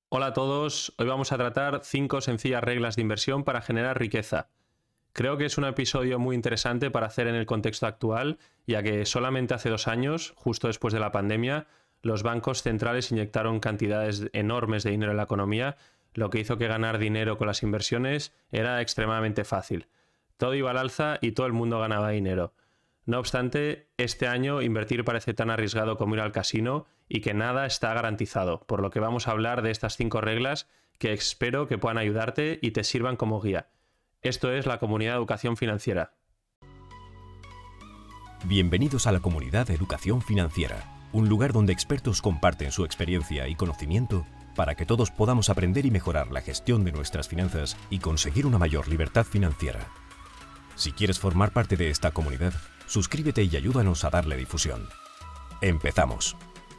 Hola a todos, hoy vamos a tratar 5 sencillas reglas de inversión para generar riqueza. Creo que es un episodio muy interesante para hacer en el contexto actual, ya que solamente hace 2 años, justo después de la pandemia, los bancos centrales inyectaron cantidades enormes de dinero en la economía, lo que hizo que ganar dinero con las inversiones era extremadamente fácil. Todo iba al alza y todo el mundo ganaba dinero. No obstante, este año invertir parece tan arriesgado como ir al casino y que nada está garantizado, por lo que vamos a hablar de estas 5 reglas que espero que puedan ayudarte y te sirvan como guía. Esto es la Comunidad de Educación Financiera. Bienvenidos a la Comunidad de Educación Financiera, un lugar donde expertos comparten su experiencia y conocimiento para que todos podamos aprender y mejorar la gestión de nuestras finanzas y conseguir una mayor libertad financiera. Si quieres formar parte de esta comunidad, suscríbete y ayúdanos a darle difusión. ¡Empezamos!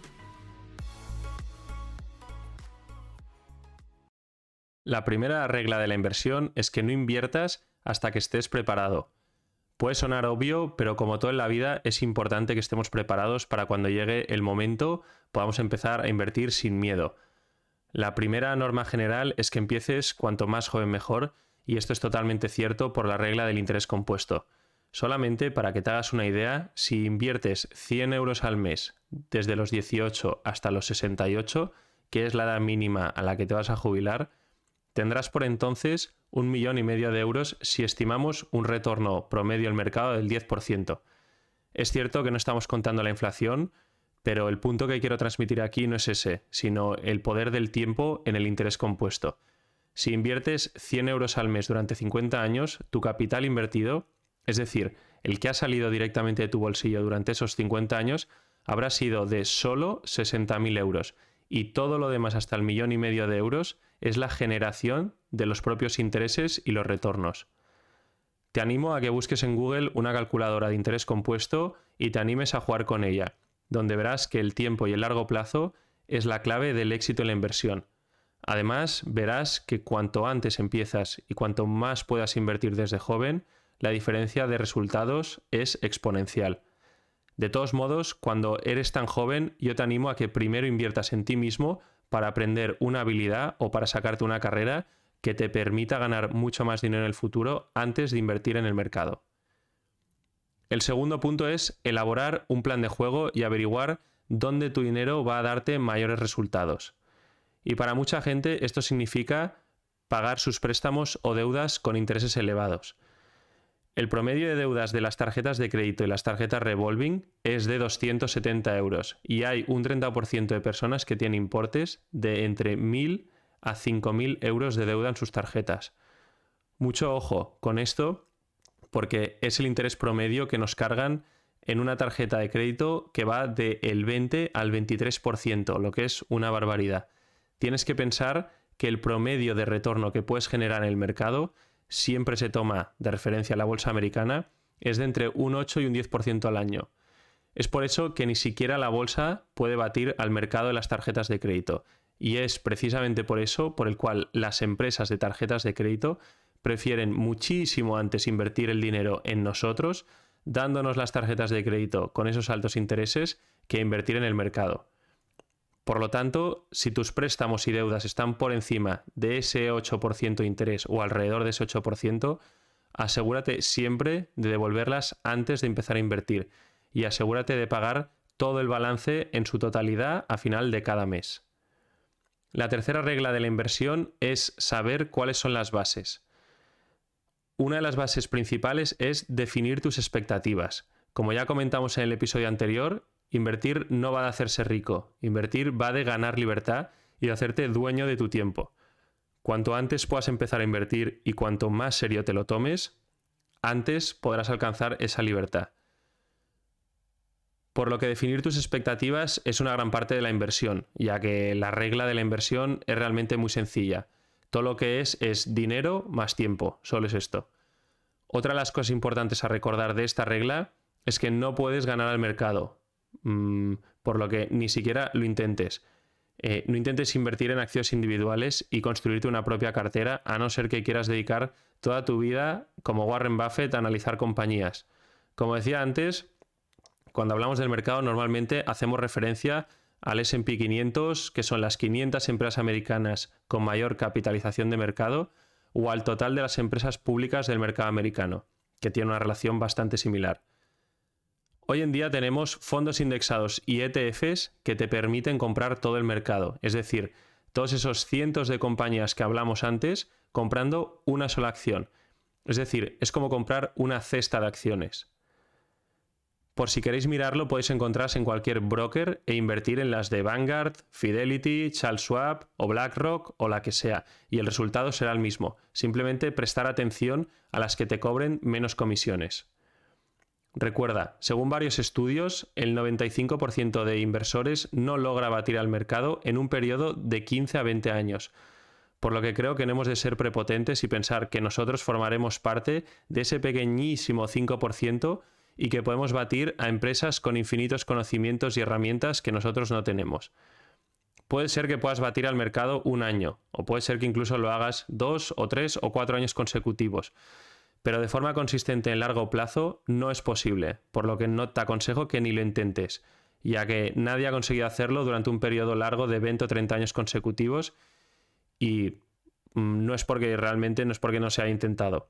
La primera regla de la inversión es que no inviertas hasta que estés preparado. Puede sonar obvio, pero como todo en la vida es importante que estemos preparados para cuando llegue el momento podamos empezar a invertir sin miedo. La primera norma general es que empieces cuanto más joven mejor, y esto es totalmente cierto por la regla del interés compuesto. Solamente para que te hagas una idea, si inviertes 100 euros al mes desde los 18 hasta los 68, que es la edad mínima a la que te vas a jubilar, tendrás por entonces 1,5 millones de euros si estimamos un retorno promedio al mercado del 10%. Es cierto que no estamos contando la inflación, pero el punto que quiero transmitir aquí no es ese, sino el poder del tiempo en el interés compuesto. Si inviertes 100 euros al mes durante 50 años, tu capital invertido, es decir, el que ha salido directamente de tu bolsillo durante esos 50 años, habrá sido de solo 60.000 euros. Y todo lo demás hasta el 1,5 millones de euros es la generación de los propios intereses y los retornos. Te animo a que busques en Google una calculadora de interés compuesto y te animes a jugar con ella, donde verás que el tiempo y el largo plazo es la clave del éxito en la inversión. Además, verás que cuanto antes empiezas y cuanto más puedas invertir desde joven, la diferencia de resultados es exponencial. De todos modos, cuando eres tan joven, yo te animo a que primero inviertas en ti mismo para aprender una habilidad o para sacarte una carrera que te permita ganar mucho más dinero en el futuro antes de invertir en el mercado. El segundo punto es elaborar un plan de juego y averiguar dónde tu dinero va a darte mayores resultados. Y para mucha gente esto significa pagar sus préstamos o deudas con intereses elevados. El promedio de deudas de las tarjetas de crédito y las tarjetas revolving es de 270 euros y hay un 30% de personas que tienen importes de entre 1.000 a 5.000 euros de deuda en sus tarjetas. Mucho ojo con esto porque es el interés promedio que nos cargan en una tarjeta de crédito que va del 20 al 23%, lo que es una barbaridad. Tienes que pensar que el promedio de retorno que puedes generar en el mercado siempre se toma de referencia a la bolsa americana, es de entre un 8 y un 10% al año. Es por eso que ni siquiera la bolsa puede batir al mercado de las tarjetas de crédito. Y es precisamente por eso por el cual las empresas de tarjetas de crédito prefieren muchísimo antes invertir el dinero en nosotros, dándonos las tarjetas de crédito con esos altos intereses, que invertir en el mercado. Por lo tanto, si tus préstamos y deudas están por encima de ese 8% de interés o alrededor de ese 8%, asegúrate siempre de devolverlas antes de empezar a invertir y asegúrate de pagar todo el balance en su totalidad a final de cada mes. La tercera regla de la inversión es saber cuáles son las bases. Una de las bases principales es definir tus expectativas. Como ya comentamos en el episodio anterior, invertir no va de hacerse rico, invertir va de ganar libertad y de hacerte dueño de tu tiempo. Cuanto antes puedas empezar a invertir y cuanto más serio te lo tomes, antes podrás alcanzar esa libertad. Por lo que definir tus expectativas es una gran parte de la inversión, ya que la regla de la inversión es realmente muy sencilla. Todo lo que es dinero más tiempo, solo es esto. Otra de las cosas importantes a recordar de esta regla es que no puedes ganar al mercado, por lo que ni siquiera lo intentes. No intentes invertir en acciones individuales y construirte una propia cartera, a no ser que quieras dedicar toda tu vida, como Warren Buffett, a analizar compañías. Como decía antes, cuando hablamos del mercado normalmente hacemos referencia al S&P 500, que son las 500 empresas americanas con mayor capitalización de mercado, o al total de las empresas públicas del mercado americano, que tiene una relación bastante similar. Hoy en día tenemos fondos indexados y ETFs que te permiten comprar todo el mercado, es decir, todos esos cientos de compañías que hablamos antes comprando una sola acción. Es decir, es como comprar una cesta de acciones. Por si queréis mirarlo, podéis encontrarse en cualquier broker e invertir en las de Vanguard, Fidelity, Charles Schwab o BlackRock o la que sea, y el resultado será el mismo. Simplemente prestar atención a las que te cobren menos comisiones. Recuerda, según varios estudios, el 95% de inversores no logra batir al mercado en un periodo de 15 a 20 años, por lo que creo que no hemos de ser prepotentes y pensar que nosotros formaremos parte de ese pequeñísimo 5% y que podemos batir a empresas con infinitos conocimientos y herramientas que nosotros no tenemos. Puede ser que puedas batir al mercado un año, o puede ser que incluso lo hagas 2 o 3 o 4 años consecutivos, pero de forma consistente en largo plazo no es posible, por lo que no te aconsejo que ni lo intentes, ya que nadie ha conseguido hacerlo durante un periodo largo de 20 o 30 años consecutivos y no es porque no se haya intentado.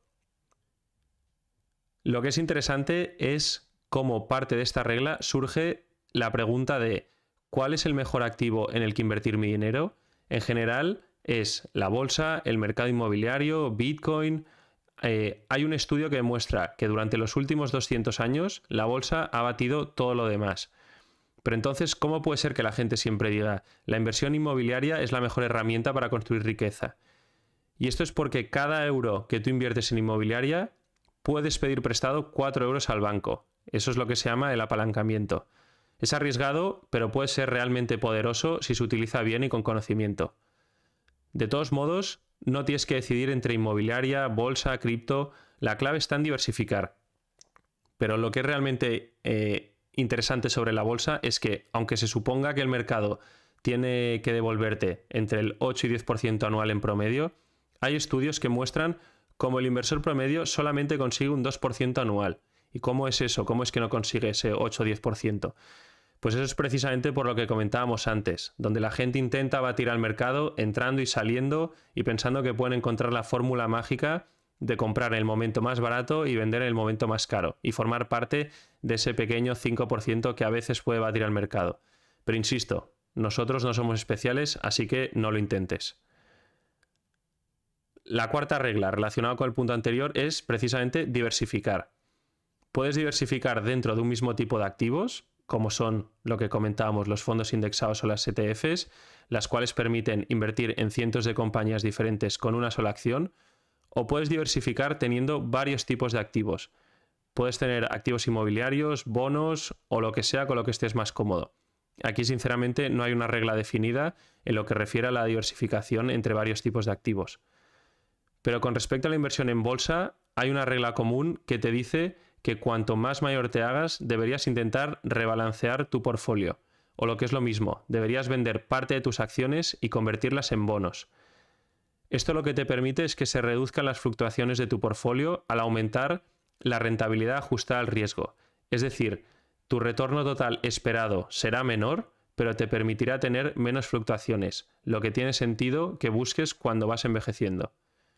Lo que es interesante es cómo parte de esta regla surge la pregunta de ¿cuál es el mejor activo en el que invertir mi dinero? En general es la bolsa, el mercado inmobiliario, Bitcoin. Hay un estudio que demuestra que durante los últimos 200 años la bolsa ha batido todo lo demás. Pero entonces, ¿cómo puede ser que la gente siempre diga la inversión inmobiliaria es la mejor herramienta para construir riqueza? Y esto es porque cada euro que tú inviertes en inmobiliaria puedes pedir prestado 4 euros al banco. Eso es lo que se llama el apalancamiento. Es arriesgado, pero puede ser realmente poderoso si se utiliza bien y con conocimiento. De todos modos, no tienes que decidir entre inmobiliaria, bolsa, cripto. La clave está en diversificar. Pero lo que es realmente interesante sobre la bolsa es que, aunque se suponga que el mercado tiene que devolverte entre el 8 y 10% anual en promedio, hay estudios que muestran cómo el inversor promedio solamente consigue un 2% anual. ¿Y cómo es eso? ¿Cómo es que no consigue ese 8 o 10%? Pues eso es precisamente por lo que comentábamos antes, donde la gente intenta batir al mercado entrando y saliendo y pensando que pueden encontrar la fórmula mágica de comprar en el momento más barato y vender en el momento más caro y formar parte de ese pequeño 5% que a veces puede batir al mercado. Pero insisto, nosotros no somos especiales, así que no lo intentes. La cuarta regla relacionada con el punto anterior es precisamente diversificar. Puedes diversificar dentro de un mismo tipo de activos, como son lo que comentábamos, los fondos indexados o las ETFs, las cuales permiten invertir en cientos de compañías diferentes con una sola acción, o puedes diversificar teniendo varios tipos de activos. Puedes tener activos inmobiliarios, bonos o lo que sea con lo que estés más cómodo. Aquí, sinceramente, no hay una regla definida en lo que refiere a la diversificación entre varios tipos de activos. Pero con respecto a la inversión en bolsa, hay una regla común que te dice que cuanto más mayor te hagas, deberías intentar rebalancear tu portfolio. O lo que es lo mismo, deberías vender parte de tus acciones y convertirlas en bonos. Esto lo que te permite es que se reduzcan las fluctuaciones de tu portfolio al aumentar la rentabilidad ajustada al riesgo. Es decir, tu retorno total esperado será menor, pero te permitirá tener menos fluctuaciones, lo que tiene sentido que busques cuando vas envejeciendo.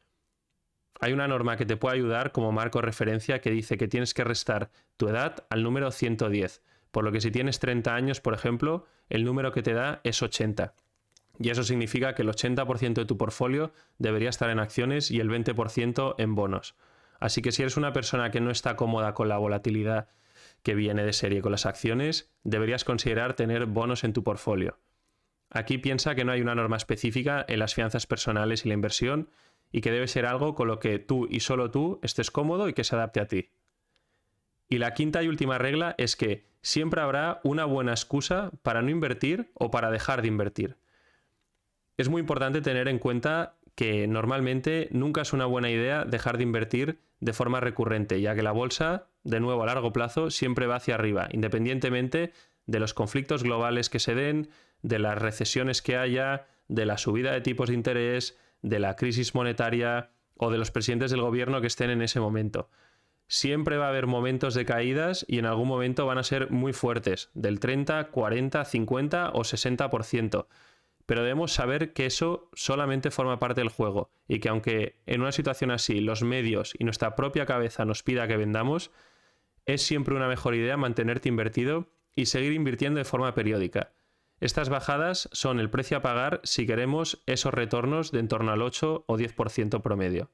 Hay una norma que te puede ayudar como marco de referencia que dice que tienes que restar tu edad al número 110, por lo que si tienes 30 años, por ejemplo, el número que te da es 80. Y eso significa que el 80% de tu portfolio debería estar en acciones y el 20% en bonos. Así que si eres una persona que no está cómoda con la volatilidad que viene de serie con las acciones, deberías considerar tener bonos en tu portfolio. Aquí piensa que no hay una norma específica en las finanzas personales y la inversión y que debe ser algo con lo que tú y solo tú estés cómodo y que se adapte a ti. Y la quinta y última regla es que siempre habrá una buena excusa para no invertir o para dejar de invertir. Es muy importante tener en cuenta que normalmente nunca es una buena idea dejar de invertir de forma recurrente, ya que la bolsa, de nuevo a largo plazo, siempre va hacia arriba, independientemente de los conflictos globales que se den, de las recesiones que haya, de la subida de tipos de interés, de la crisis monetaria o de los presidentes del gobierno que estén en ese momento. Siempre va a haber momentos de caídas y en algún momento van a ser muy fuertes, del 30, 40, 50 o 60%. Pero debemos saber que eso solamente forma parte del juego y que aunque en una situación así los medios y nuestra propia cabeza nos pida que vendamos, es siempre una mejor idea mantenerte invertido y seguir invirtiendo de forma periódica. Estas bajadas son el precio a pagar si queremos esos retornos de en torno al 8 o 10% promedio.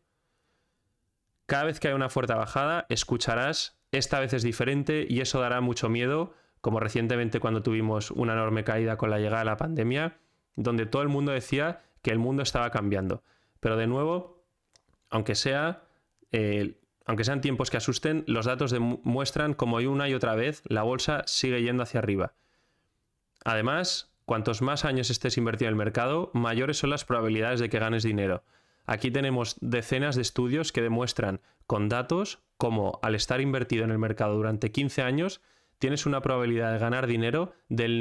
Cada vez que hay una fuerte bajada, escucharás, esta vez es diferente y eso dará mucho miedo, como recientemente cuando tuvimos una enorme caída con la llegada de la pandemia, donde todo el mundo decía que el mundo estaba cambiando. Pero de nuevo, aunque sean tiempos que asusten, los datos demuestran como una y otra vez la bolsa sigue yendo hacia arriba. Además, cuantos más años estés invertido en el mercado, mayores son las probabilidades de que ganes dinero. Aquí tenemos decenas de estudios que demuestran con datos cómo al estar invertido en el mercado durante 15 años tienes una probabilidad de ganar dinero del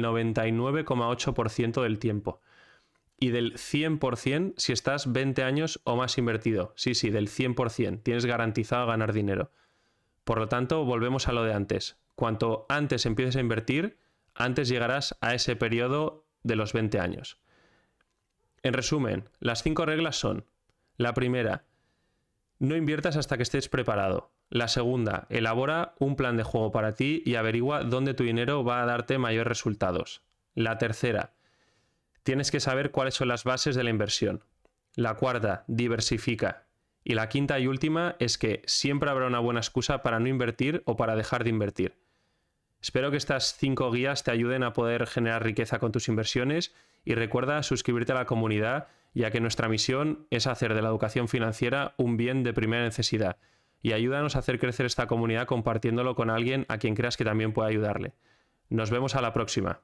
99,8% del tiempo. Y del 100% si estás 20 años o más invertido. Sí, del 100%. Tienes garantizado ganar dinero. Por lo tanto, volvemos a lo de antes. Cuanto antes empieces a invertir, antes llegarás a ese periodo de los 20 años. En resumen, las 5 reglas son: la primera, no inviertas hasta que estés preparado. La segunda, elabora un plan de juego para ti y averigua dónde tu dinero va a darte mayores resultados. La tercera, tienes que saber cuáles son las bases de la inversión. La cuarta, diversifica. Y la quinta y última es que siempre habrá una buena excusa para no invertir o para dejar de invertir. Espero que estas 5 guías te ayuden a poder generar riqueza con tus inversiones y recuerda suscribirte a la comunidad, ya que nuestra misión es hacer de la educación financiera un bien de primera necesidad. Y ayúdanos a hacer crecer esta comunidad compartiéndolo con alguien a quien creas que también pueda ayudarle. Nos vemos a la próxima.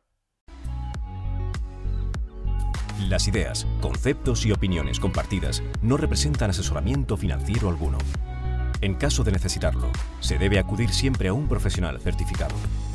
Las ideas, conceptos y opiniones compartidas no representan asesoramiento financiero alguno. En caso de necesitarlo, se debe acudir siempre a un profesional certificado.